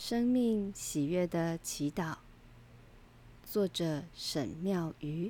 生命喜悦的祈祷，作者沈妙瑜。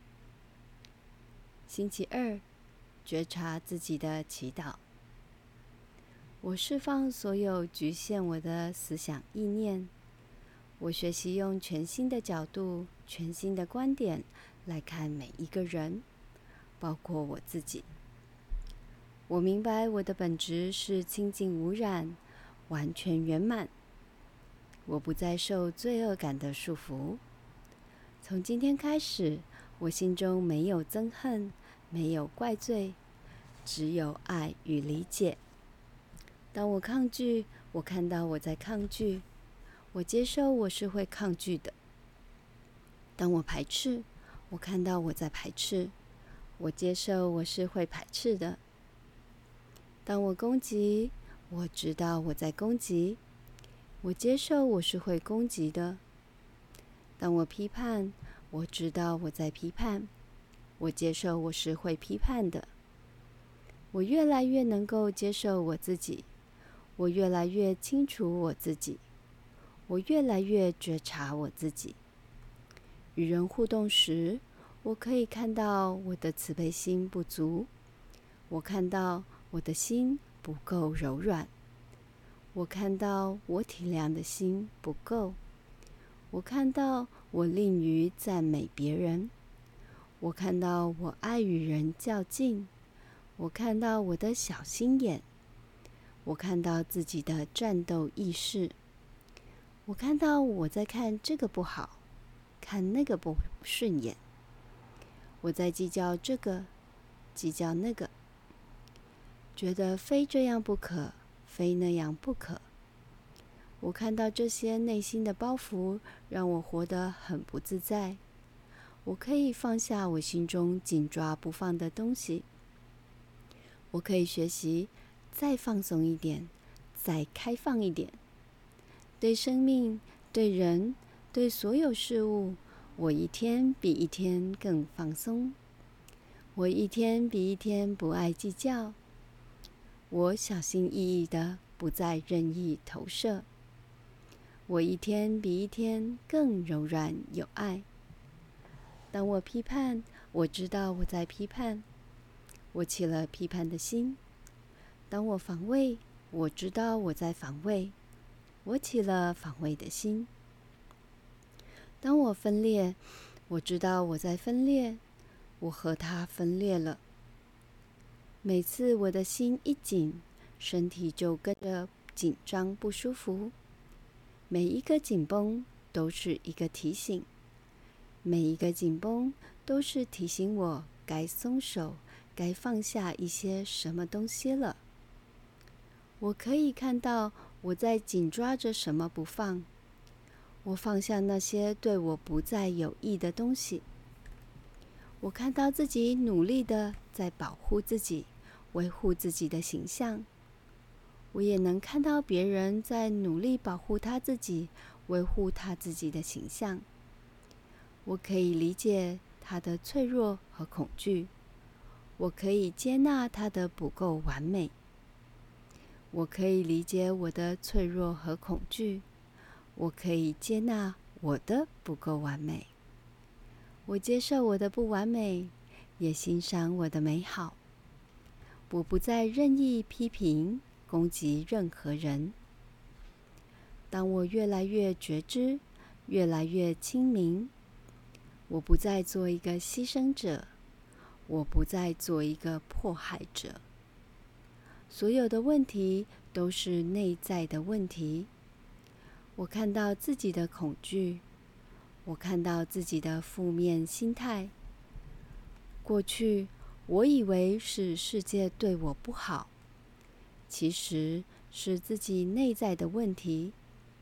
星期二，觉察自己的祈祷。我释放所有局限我的思想意念。我学习用全新的角度、全新的观点来看每一个人，包括我自己。我明白我的本质是清净无染，完全圆满。我不再受罪恶感的束缚。从今天开始，我心中没有憎恨，没有怪罪，只有爱与理解。当我抗拒，我看到我在抗拒，我接受我是会抗拒的。当我排斥，我看到我在排斥，我接受我是会排斥的。当我攻击，我知道我在攻击，我接受我是会攻击的。当我批判，我知道我在批判，我接受我是会批判的。我越来越能够接受我自己，我越来越清楚我自己，我越来越觉察我自己。与人互动时，我可以看到我的慈悲心不足，我看到我的心不够柔软，我看到我体谅的心不够，我看到我吝于赞美别人，我看到我爱与人较劲，我看到我的小心眼，我看到自己的战斗意识，我看到我在看这个不好，看那个不顺眼，我在计较这个，计较那个，觉得非这样不可，非那样不可。我看到这些内心的包袱，让我活得很不自在。我可以放下我心中紧抓不放的东西。我可以学习再放松一点，再开放一点。对生命，对人，对所有事物，我一天比一天更放松。我一天比一天不爱计较。我小心翼翼地不再任意投射。我一天比一天更柔软有爱。当我批判，我知道我在批判，我起了批判的心。当我防卫，我知道我在防卫，我起了防卫的心。当我分裂，我知道我在分裂，我和它分裂了。每次我的心一紧，身体就跟着紧张不舒服。每一个紧绷都是一个提醒，每一个紧绷都是提醒我该松手，该放下一些什么东西了。我可以看到我在紧抓着什么不放，我放下那些对我不再有益的东西。我看到自己努力的在保护自己，维护自己的形象。我也能看到别人在努力保护他自己，维护他自己的形象。我可以理解他的脆弱和恐惧，我可以接纳他的不够完美。我可以理解我的脆弱和恐惧，我可以接纳我的不够完美。我接受我的不完美，也欣赏我的美好。我不再任意批评攻击任何人。当我越来越觉知，越来越清明，我不再做一个牺牲者，我不再做一个迫害者。所有的问题都是内在的问题。我看到自己的恐惧，我看到自己的负面心态。过去我以为是世界对我不好，其实是自己内在的问题。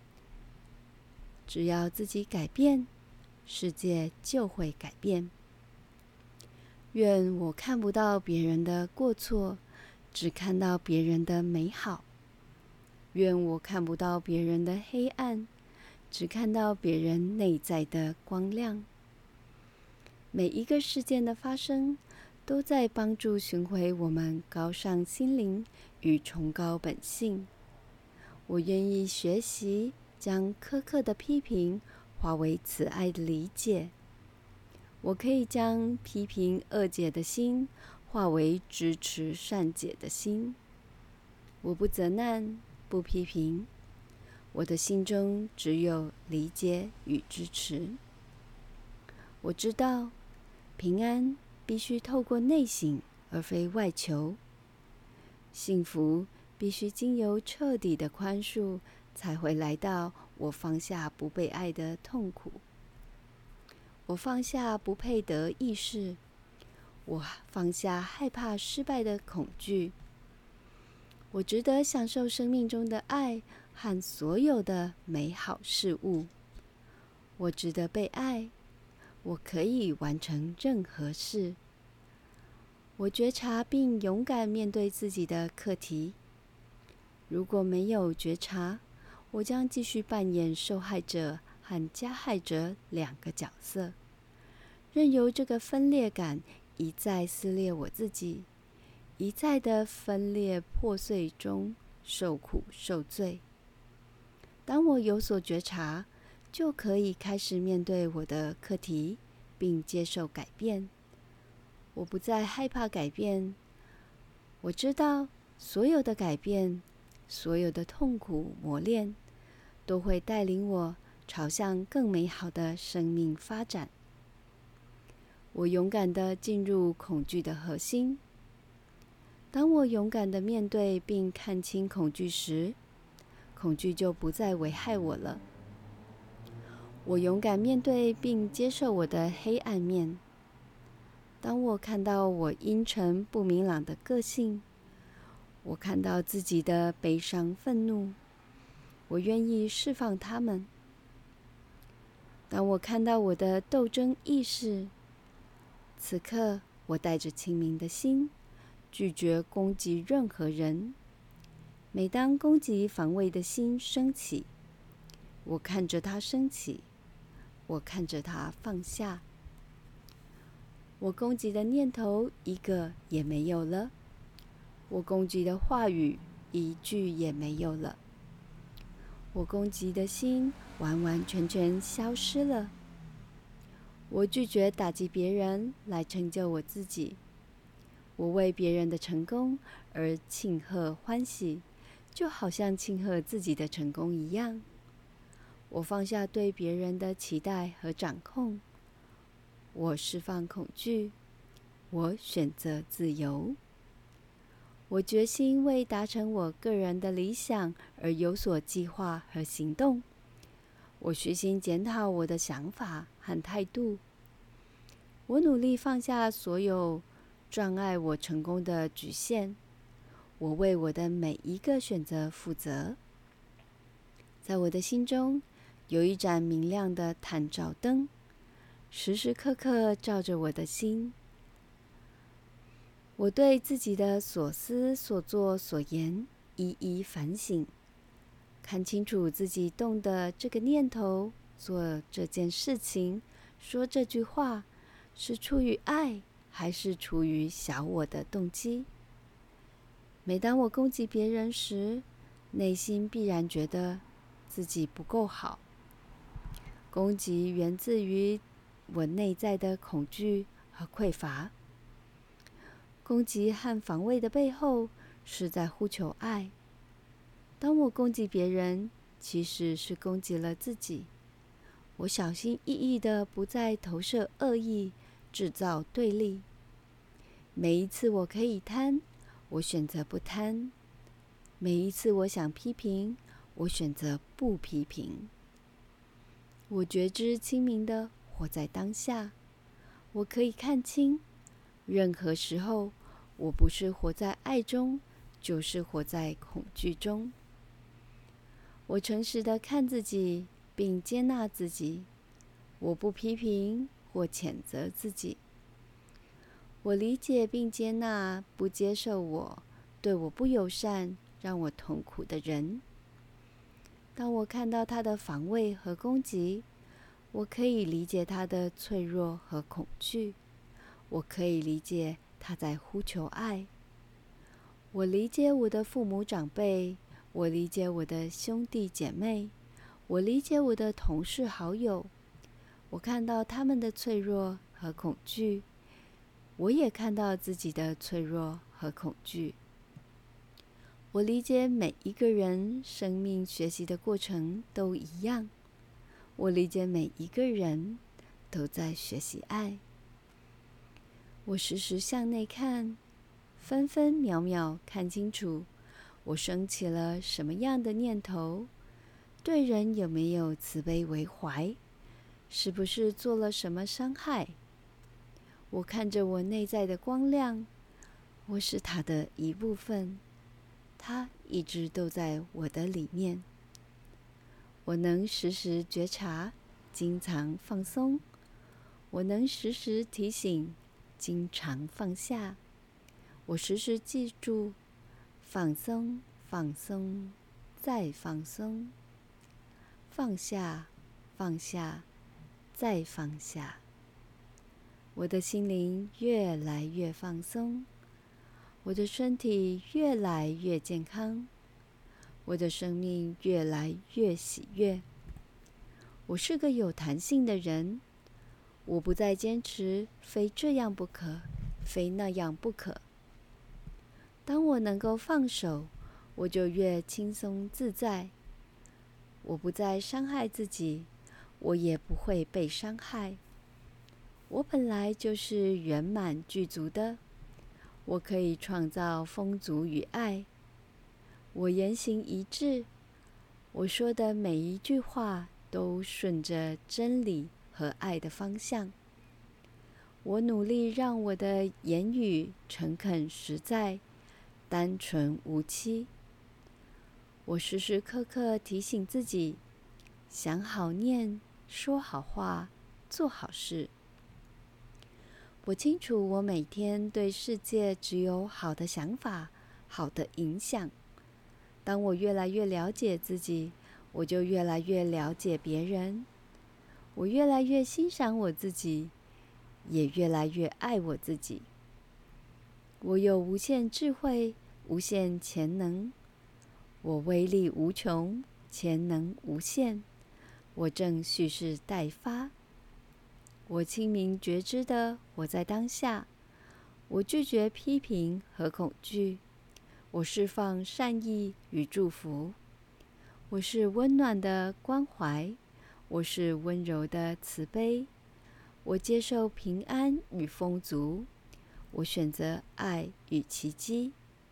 只要自己改变，世界就会改变。愿我看不到别人的过错，只看到别人的美好。愿我看不到别人的黑暗，只看到别人内在的光亮。每一个事件的发生，都在帮助寻回我们高尚心灵与崇高本性。我愿意学习， 将苛刻的批评化为慈爱的理解。我可以将批评恶解的心化为支持善解的心。我不责难，不批评，我的心中只有理解与支持。我知道，平安必须透过内省，而非外求。幸福必须经由彻底的宽恕，才会来到我放下不被爱的痛苦。我放下不配得意识，我放下害怕失败的恐惧。我值得享受生命中的爱和所有的美好事物。我值得被爱，我可以完成任何事。我觉察并勇敢面对自己的课题。如果没有觉察，我将继续扮演受害者和加害者两个角色，任由这个分裂感一再撕裂我自己，一再的分裂破碎中受苦受罪。当我有所觉察，就可以开始面对我的课题，并接受改变。我不再害怕改变。我知道所有的改变，所有的痛苦磨练，都会带领我朝向更美好的生命发展。我勇敢地进入恐惧的核心。当我勇敢地面对并看清恐惧时，恐惧就不再危害我了。我勇敢面对并接受我的黑暗面。当我看到我阴沉不明朗的个性，我看到自己的悲伤愤怒，我愿意释放它们。当我看到我的斗争意识，此刻我带着清明的心，拒绝攻击任何人。每当攻击防卫的心升起，我看着它升起，我看着它放下。我攻击的念头一个也没有了，我攻击的话语一句也没有了，我攻击的心完完全全消失了。我拒绝打击别人来成就我自己，我为别人的成功而庆贺欢喜，就好像庆贺自己的成功一样。我放下对别人的期待和掌控，我释放恐惧，我选择自由。我决心为达成我个人的理想而有所计划和行动。我虚心检讨我的想法和态度。我努力放下所有障碍我成功的局限。我为我的每一个选择负责。在我的心中有一盏明亮的探照灯，时时刻刻照着我的心。我对自己的所思所作所言一一反省，看清楚自己动的这个念头，做这件事情，说这句话，是出于爱还是出于小我的动机。每当我攻击别人时，内心必然觉得自己不够好。攻击源自于我内在的恐惧和匮乏。攻击和防卫的背后是在呼求爱。当我攻击别人，其实是攻击了自己。我小心翼翼地不再投射恶意，制造对立。每一次我可以贪，我选择不贪；每一次我想批评，我选择不批评。我觉知清明地活在当下。我可以看清，任何时候，我不是活在爱中，就是活在恐惧中。我诚实地看自己，并接纳自己。我不批评或谴责自己。我理解并接纳不接受我、对我不友善、让我痛苦的人。当我看到他的防卫和攻击，我可以理解他的脆弱和恐惧。我可以理解他在呼求爱。我理解我的父母长辈，我理解我的兄弟姐妹， 我理解我的同事好友，我看到他们的脆弱和恐惧，我也看到自己的脆弱和恐惧。我理解每一个人生命学习的过程都一样，我理解每一个人都在学习爱。我时时向内看，分分秒秒看清楚我升起了什么样的念头，对人有没有慈悲为怀，是不是做了什么伤害。我看着我内在的光亮，我是它的一部分，它一直都在我的里面。我能时时觉察，经常放松。我能时时提醒，经常放下。我时时记住，放松，放松，再放松，放下，放下，再放下。我的心灵越来越放松，我的身体越来越健康，我的生命越来越喜悦。我是个有弹性的人，我不再坚持非这样不可，非那样不可。当我能够放手，我就越轻松自在。我不再伤害自己，我也不会被伤害。我本来就是圆满具足的，我可以创造丰足与爱。我言行一致，我说的每一句话都顺着真理和爱的方向。我努力让我的言语诚恳实在，单纯无欺。我时时刻刻提醒自己，想好念，说好话，做好事。我清楚我每天对世界只有好的想法，好的影响。当我越来越了解自己，我就越来越了解别人。我越来越欣赏我自己，也越来越爱我自己。我有无限智慧，无限潜能。我威力无穷，潜能无限。我正蓄势待发。我清明觉知的活在当下，我拒绝批评和恐惧，我释放善意与祝福，我是温暖的关怀，我是温柔的慈悲，我接受平安与丰足，我选择爱与奇迹。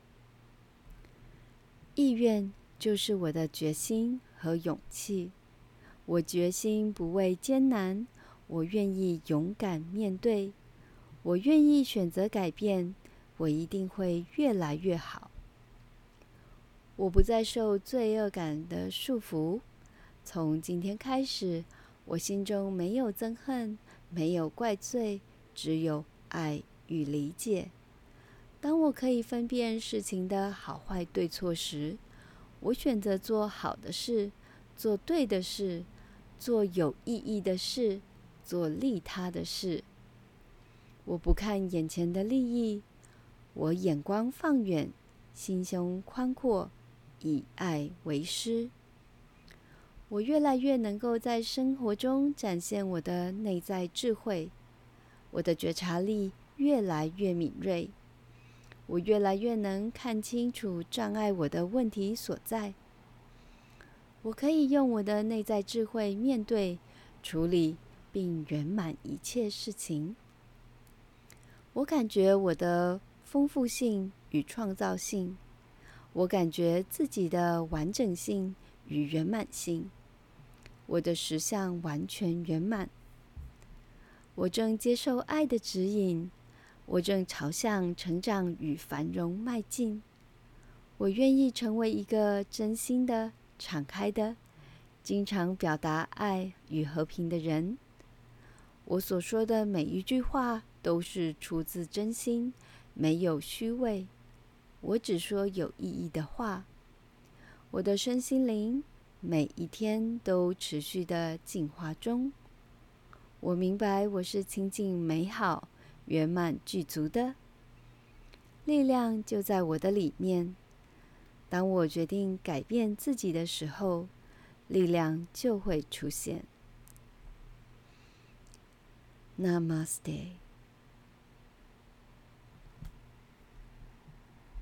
意愿就是我的决心和勇气，我决心不畏艰难，我愿意勇敢面对，我愿意选择改变，我一定会越来越好。我不再受罪恶感的束缚，从今天开始，我心中没有憎恨，没有怪罪，只有爱与理解。当我可以分辨事情的好坏对错时，我选择做好的事，做对的事，做有意义的事，做利他的事。我不看眼前的利益，我眼光放远，心胸宽阔，以爱为师。我越来越能够在生活中展现我的内在智慧，我的觉察力越来越敏锐，我越来越能看清楚障碍我的问题所在。我可以用我的内在智慧面对、处理并圆满一切事情。我感觉我的丰富性与创造性，我感觉自己的完整性与圆满性，我的实相完全圆满。我正接受爱的指引，我正朝向成长与繁荣迈进。我愿意成为一个真心的、敞开的、经常表达爱与和平的人。我所说的每一句话都是出自真心，没有虚伪。我只说有意义的话。我的身心灵每一天都持续的进化中。我明白我是清净美好、圆满具足的。力量就在我的里面。当我决定改变自己的时候， 力量就会出现。Namaste。